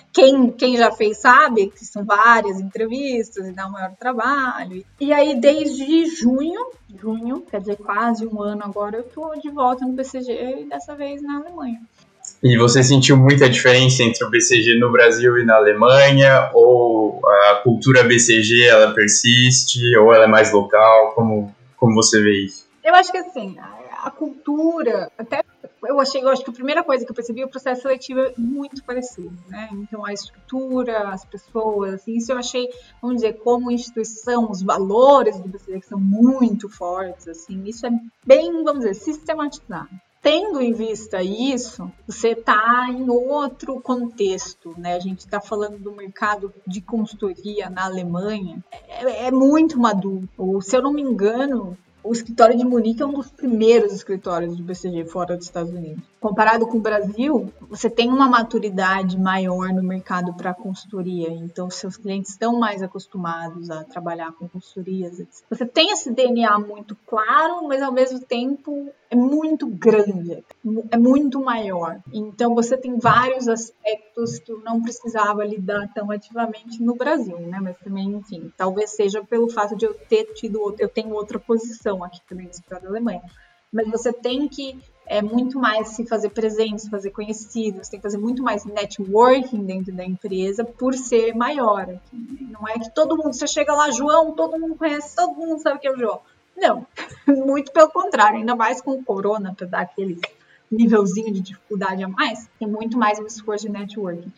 Quem já fez sabe que são várias entrevistas e dá um maior trabalho. E aí, desde junho, quer dizer, quase 1 ano agora, eu tô de volta no BCG e dessa vez na Alemanha. E você sentiu muita diferença entre o BCG no Brasil e na Alemanha? Ou a cultura BCG, ela persiste? Ou ela é mais local? Como você vê isso? Eu acho que assim, a cultura, até eu acho que a primeira coisa que eu percebi, o processo seletivo é muito parecido, né? Então a estrutura, as pessoas, assim, isso eu achei, vamos dizer, como instituição, os valores do BCG que são muito fortes, assim, isso é bem, vamos dizer, sistematizado. Tendo em vista isso, você está em outro contexto, né? A gente está falando do mercado de consultoria na Alemanha, é muito maduro. Ou, se eu não me engano, o escritório de Munique é um dos primeiros escritórios do BCG fora dos Estados Unidos. Comparado com o Brasil, você tem uma maturidade maior no mercado para consultoria, então seus clientes estão mais acostumados a trabalhar com consultorias. Você tem esse DNA muito claro, mas ao mesmo tempo é muito grande, é muito maior. Então você tem vários aspectos que eu não precisava lidar tão ativamente no Brasil, né? Mas também, enfim, talvez seja pelo fato de eu tenho outra posição aqui também no escritório da Alemanha. Mas você tem que muito mais se fazer presente, se fazer conhecido, você tem que fazer muito mais networking dentro da empresa por ser maior aqui. Não é que todo mundo, você chega lá, João, todo mundo conhece, todo mundo sabe que é o João. Não, muito pelo contrário, ainda mais com o corona, para dar aquele nívelzinho de dificuldade a mais, tem muito mais um esforço de networking.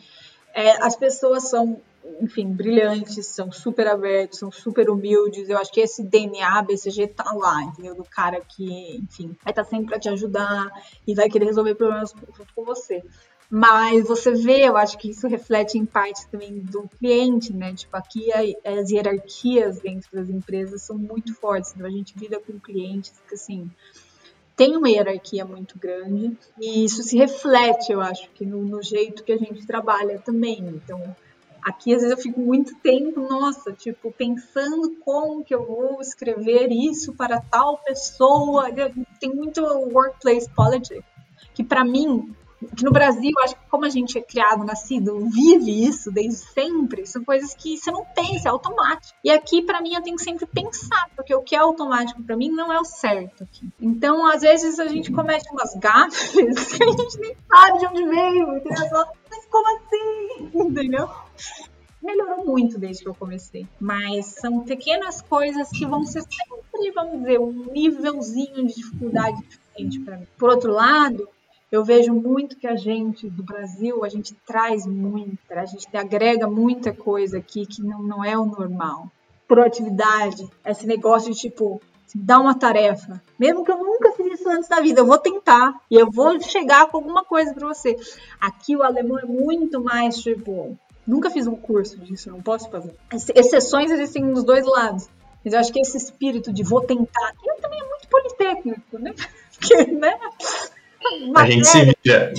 As pessoas são, enfim, brilhantes, são super abertos, são super humildes. Eu acho que esse DNA BCG tá lá, entendeu? Do cara que, enfim, vai estar sempre para te ajudar e vai querer resolver problemas junto com você. Mas você vê, eu acho que isso reflete em parte também do cliente, né? Tipo, aqui as hierarquias dentro das empresas são muito fortes. Então a gente lida com clientes que, assim, tem uma hierarquia muito grande e isso se reflete, eu acho, que no jeito que a gente trabalha também. Então, aqui às vezes eu fico muito tempo, nossa, tipo, pensando como que eu vou escrever isso para tal pessoa. Tem muito workplace politics, que para mim, que no Brasil, acho que como a gente é criado, nascido, vive isso desde sempre, são coisas que você não pensa, é automático. E aqui, para mim, eu tenho que sempre pensar, porque o que é automático para mim não é o certo aqui. Então, às vezes, a gente comete umas gafes que a gente nem sabe de onde veio, entendeu? Mas como assim? Entendeu? Melhorou muito desde que eu comecei, mas são pequenas coisas que vão ser sempre, vamos dizer, um nívelzinho de dificuldade diferente para mim. Por outro lado, eu vejo muito que a gente do Brasil, a gente traz muita, a gente agrega muita coisa aqui que não é o normal. Proatividade, esse negócio de tipo, dá uma tarefa, mesmo que eu nunca fiz isso antes da vida, eu vou tentar e eu vou chegar com alguma coisa para você. Aqui o alemão é muito mais tipo, nunca fiz um curso disso, não posso fazer. Exceções existem nos dois lados. Mas eu acho que esse espírito de vou tentar, aqui também é muito politécnico, né? Porque, né? A gente se vira.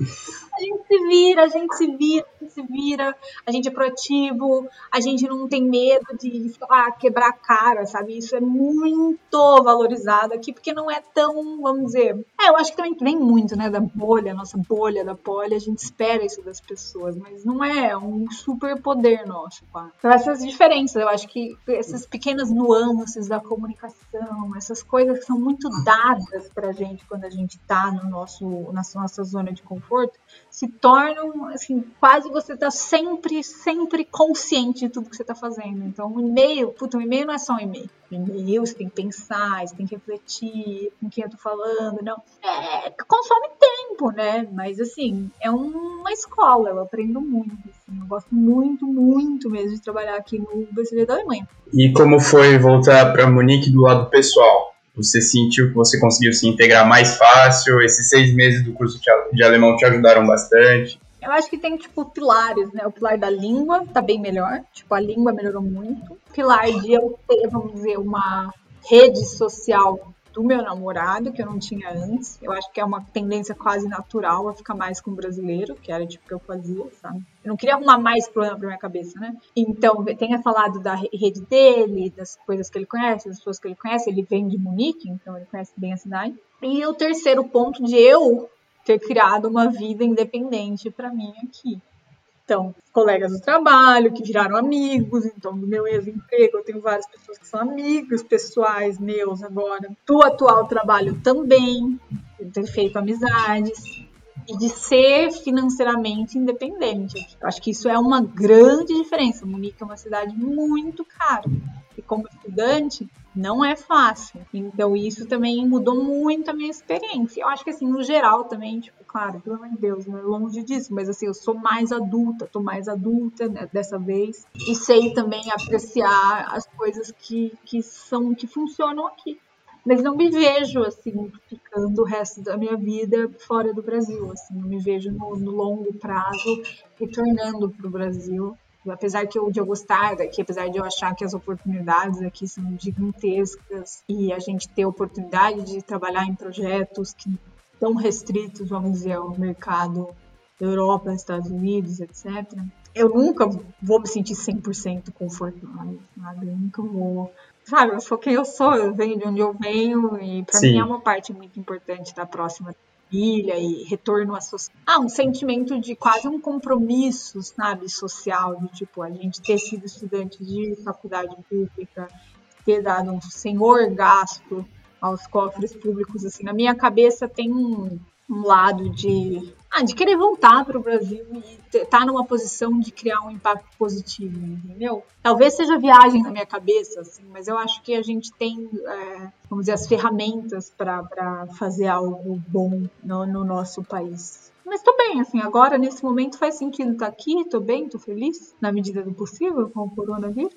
A gente se vira, a gente se vira, a gente se vira, a gente é proativo, a gente não tem medo de quebrar a cara, sabe? Isso é muito valorizado aqui, porque não é tão, vamos dizer... eu acho que também vem muito, né, da bolha, nossa bolha da poli, a gente espera isso das pessoas, mas não é um super poder nosso, quase. Então essas diferenças, eu acho que essas pequenas nuances da comunicação, essas coisas que são muito dadas pra gente quando a gente tá na nossa zona de conforto, se tornam, assim, quase você tá sempre consciente de tudo que você tá fazendo. Então, um e-mail não é só um e-mail. E-mail, você tem que pensar, você tem que refletir com quem eu tô falando, não. Consome tempo, né? Mas, assim, é uma escola, eu aprendo muito, assim, eu gosto muito, muito mesmo de trabalhar aqui no BCG da Alemanha. E como foi voltar para Munique do lado pessoal? Você sentiu que você conseguiu se integrar mais fácil? Esses 6 meses do curso de alemão te ajudaram bastante? Eu acho que tem, tipo, pilares, né? O pilar da língua tá bem melhor. Tipo, a língua melhorou muito. O pilar de eu ter, vamos dizer, uma rede social do meu namorado, que eu não tinha antes. Eu acho que é uma tendência quase natural a ficar mais com o brasileiro, que era tipo o que eu fazia, sabe? Eu não queria arrumar mais problema pra minha cabeça, né? Então, tenha falado da rede dele, das coisas que ele conhece, das pessoas que ele conhece. Ele vem de Munique, então ele conhece bem a cidade. E o terceiro ponto de eu ter criado uma vida independente para mim aqui. Então, colegas do trabalho que viraram amigos, então do meu ex-emprego eu tenho várias pessoas que são amigos pessoais meus agora. Do atual trabalho também, de ter feito amizades e de ser financeiramente independente. Eu acho que isso é uma grande diferença. Munique é uma cidade muito cara e como estudante não é fácil. Então isso também mudou muito a minha experiência. Eu acho que assim, no geral também, tipo, claro, pelo amor de Deus, né? Longe disso, mas assim, eu sou mais adulta, tô mais adulta, né, dessa vez. E sei também apreciar as coisas que funcionam aqui. Mas não me vejo, assim, ficando o resto da minha vida fora do Brasil, assim. Não me vejo no longo prazo retornando para o Brasil. Apesar de eu gostar daqui, apesar de eu achar que as oportunidades aqui são gigantescas e a gente ter a oportunidade de trabalhar em projetos que estão restritos, vamos dizer, ao mercado Europa, Estados Unidos, etc. Eu nunca vou me sentir 100% confortável, sabe? Eu nunca vou... Sabe, eu sou quem eu sou, eu venho de onde eu venho e para mim é uma parte muito importante estar próxima da família e retorno à sociedade. Um sentimento de quase um compromisso, sabe, social, de tipo, a gente ter sido estudante de faculdade pública, ter dado um senhor gasto aos cofres públicos, assim, na minha cabeça tem um lado de querer voltar para o Brasil e estar numa posição de criar um impacto positivo, entendeu? Talvez seja viagem na minha cabeça, assim, mas eu acho que a gente tem, vamos dizer, as ferramentas para fazer algo bom no nosso país. Mas tô bem, assim, agora, nesse momento, faz sentido estar aqui, tô bem, tô feliz, na medida do possível, com o coronavírus.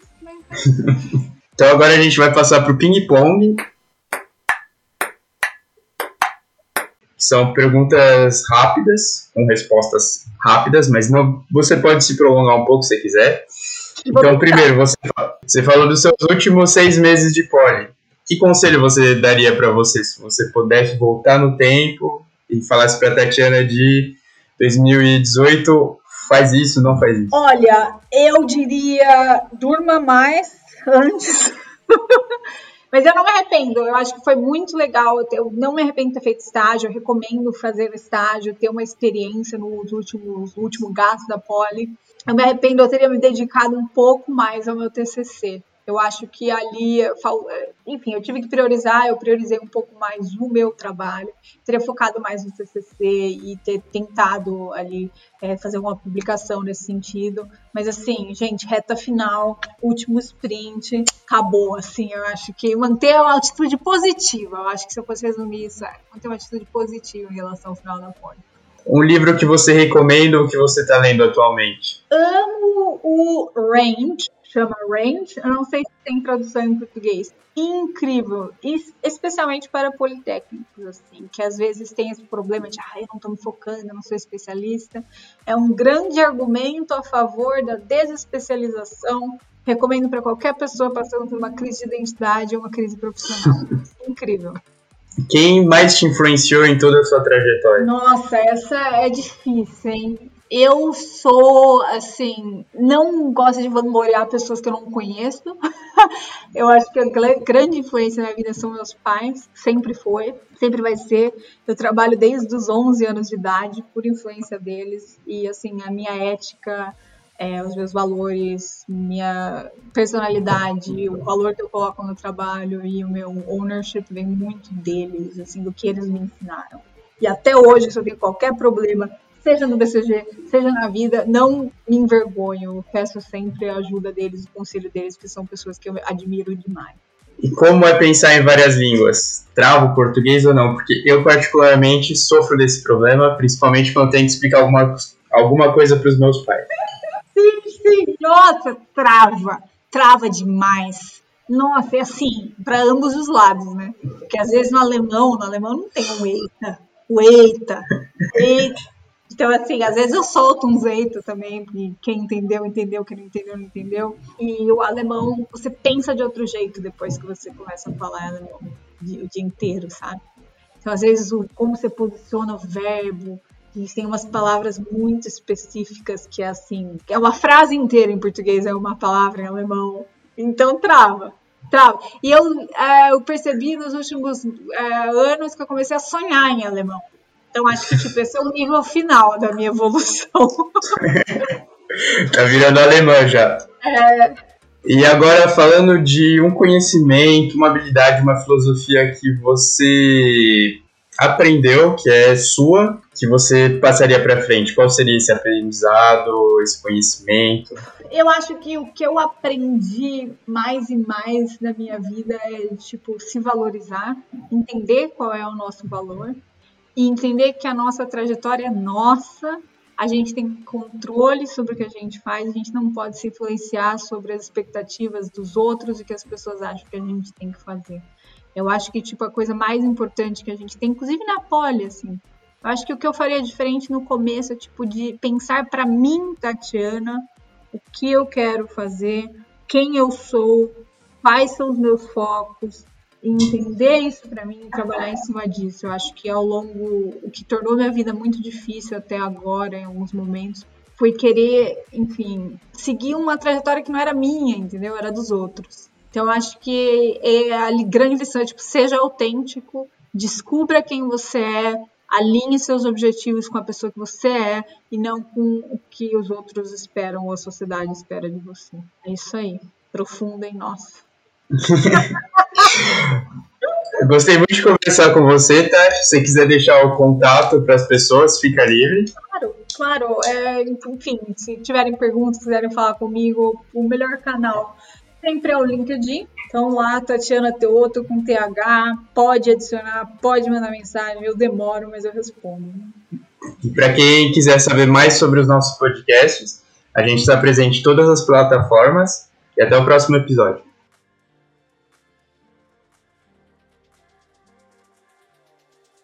Então agora a gente vai passar pro ping-pong, que são perguntas rápidas, com respostas rápidas, mas não, você pode se prolongar um pouco se quiser. Então, primeiro, você falou dos seus últimos 6 meses de poli. Que conselho você daria para você se você pudesse voltar no tempo e falasse para a Tatiana de 2018, faz isso, não faz isso? Olha, eu diria, durma mais antes. Mas eu não me arrependo, eu acho que foi muito legal, eu não me arrependo de ter feito estágio, eu recomendo fazer estágio, ter uma experiência no último gasto da poli. Eu me arrependo, eu teria me dedicado um pouco mais ao meu TCC. Eu acho que ali, enfim, eu tive que priorizar, eu priorizei um pouco mais o meu trabalho, teria focado mais no TCC e ter tentado ali fazer uma publicação nesse sentido. Mas assim, gente, reta final, último sprint, acabou, assim, eu acho que manter uma atitude positiva, eu acho que se eu fosse resumir isso, manter uma atitude positiva em relação ao final da pós. Um livro que você recomenda ou que você está lendo atualmente? Amo o Range, chama Range, eu não sei se tem tradução em português. Incrível, especialmente para politécnicos, assim, que às vezes tem esse problema de eu não estou me focando, eu não sou especialista. É um grande argumento a favor da desespecialização. Recomendo para qualquer pessoa passando por uma crise de identidade ou uma crise profissional. Incrível. Quem mais te influenciou em toda a sua trajetória? Nossa, essa é difícil, hein? Eu sou, assim, não gosto de vangloriar pessoas que eu não conheço. Eu acho que a grande influência na minha vida são meus pais, sempre foi, sempre vai ser. Eu trabalho desde os 11 anos de idade por influência deles e, assim, a minha ética, os meus valores, minha personalidade, o valor que eu coloco no trabalho e o meu ownership vem muito deles, assim, do que eles me ensinaram. E até hoje, se eu tenho qualquer problema, seja no BCG, seja na vida, não me envergonho. Eu peço sempre a ajuda deles, o conselho deles, que são pessoas que eu admiro demais. E como é pensar em várias línguas? Travo o português ou não? Porque eu particularmente sofro desse problema, principalmente quando eu tenho que explicar alguma coisa para os meus pais. Sim, nossa, trava demais. Nossa, é assim, para ambos os lados, né? Porque às vezes no alemão não tem um eita. Então, assim, às vezes eu solto um eita também, porque quem entendeu, entendeu, quem não entendeu, não entendeu. E o alemão, você pensa de outro jeito depois que você começa a falar alemão o dia inteiro, sabe? Então, às vezes, como você posiciona o verbo, e tem umas palavras muito específicas que é assim, é uma frase inteira em português, é uma palavra em alemão. Então, trava. E eu percebi nos últimos anos que eu comecei a sonhar em alemão. Então, acho que tipo, esse é o nível final da minha evolução. Tá virando alemã já. E agora falando de um conhecimento, uma habilidade, uma filosofia que você aprendeu, que é sua, que você passaria para frente. Qual seria esse aprendizado, esse conhecimento? Eu acho que o que eu aprendi mais e mais na minha vida é, tipo, se valorizar, entender qual é o nosso valor e entender que a nossa trajetória é nossa, a gente tem controle sobre o que a gente faz, a gente não pode se influenciar sobre as expectativas dos outros e que as pessoas acham que a gente tem que fazer. Eu acho que, tipo, a coisa mais importante que a gente tem, inclusive na poli, assim, eu acho que o que eu faria diferente no começo é, tipo, de pensar para mim, Tatiana, o que eu quero fazer, quem eu sou, quais são os meus focos, e entender isso para mim e trabalhar em cima disso. Eu acho que ao longo, o que tornou minha vida muito difícil até agora, em alguns momentos, foi querer, enfim, seguir uma trajetória que não era minha, entendeu? Era dos outros. Então, eu acho que a grande lição é, tipo, seja autêntico, descubra quem você é, alinhe seus objetivos com a pessoa que você é e não com o que os outros esperam ou a sociedade espera de você. É isso aí. Profunda em nós. Eu gostei muito de conversar com você, tá? Se você quiser deixar o contato para as pessoas, fica livre. Claro. Enfim, se tiverem perguntas, quiserem falar comigo, o melhor canal sempre é o LinkedIn. Então lá, Tatiana Teoto com TH, pode adicionar, pode mandar mensagem, eu demoro, mas eu respondo. E para quem quiser saber mais sobre os nossos podcasts, a gente está presente em todas as plataformas. E até o próximo episódio.